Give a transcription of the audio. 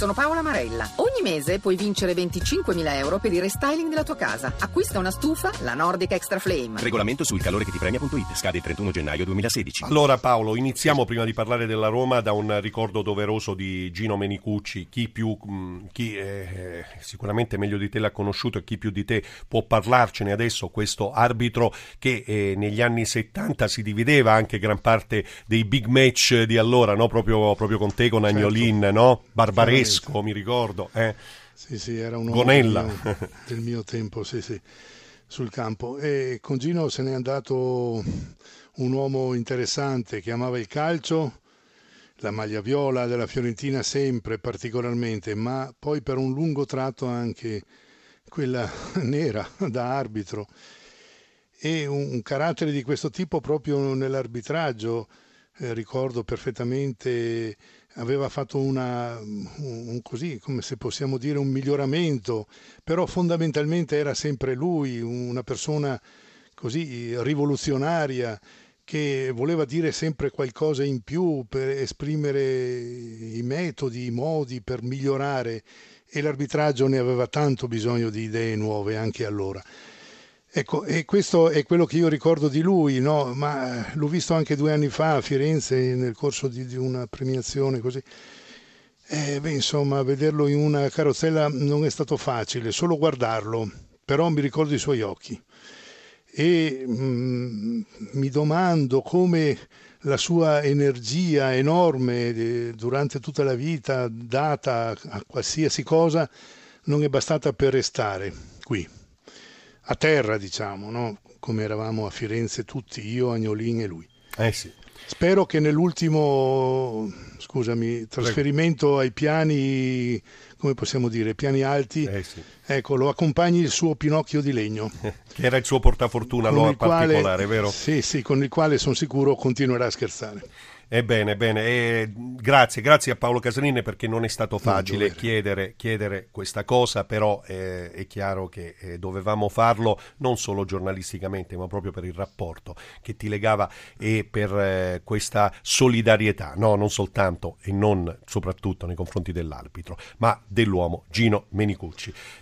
sono Paola Marella. Ogni mese puoi vincere 25.000 euro per il restyling della tua casa. Acquista una stufa, la Nordic Extra Flame. Regolamento sul calore che ti premia.it. Scade il 31 gennaio 2016. Allora Paolo, iniziamo prima di parlare della Roma da un ricordo doveroso di Gino Menicucci. Chi sicuramente meglio di te l'ha conosciuto e chi più di te può parlarcene adesso, questo arbitro che negli anni 70 si divideva anche gran parte dei big match di allora, no? Proprio con te, con Agnolin, certo. No? Barbaresco, mi ricordo. Sì, era un Gonella uomo del mio tempo, sì, sul campo. E con Gino se n'è andato un uomo interessante che amava il calcio, la maglia viola della Fiorentina sempre particolarmente, ma poi per un lungo tratto anche quella nera da arbitro, e un carattere di questo tipo proprio nell'arbitraggio. Ricordo perfettamente, aveva fatto un così, come se possiamo dire, un miglioramento, però fondamentalmente era sempre lui, una persona così rivoluzionaria, che voleva dire sempre qualcosa in più per esprimere i metodi, i modi per migliorare, e l'arbitraggio ne aveva tanto bisogno di idee nuove anche allora. Ecco, e questo è quello che io ricordo di lui, no? Ma l'ho visto anche 2 anni fa a Firenze nel corso di una premiazione così. Insomma, vederlo in una carrozzella non è stato facile, solo guardarlo, però mi ricordo i suoi occhi. E mi domando come la sua energia enorme durante tutta la vita data a qualsiasi cosa non è bastata per restare qui, a terra, diciamo, no? Come eravamo a Firenze tutti, io, Agnolin e lui. Sì. Spero che nell'ultimo, trasferimento ai piani, come possiamo dire, piani alti, sì. Ecco, lo accompagni il suo Pinocchio di legno. Che era il suo portafortuna, particolare, vero? Sì, con il quale sono sicuro continuerà a scherzare. Bene. Grazie a Paolo Casanin, perché non è stato facile chiedere questa cosa, però è chiaro che dovevamo farlo non solo giornalisticamente, ma proprio per il rapporto che ti legava e per questa solidarietà, no, non soltanto e non soprattutto nei confronti dell'arbitro, ma dell'uomo Gino Menicucci.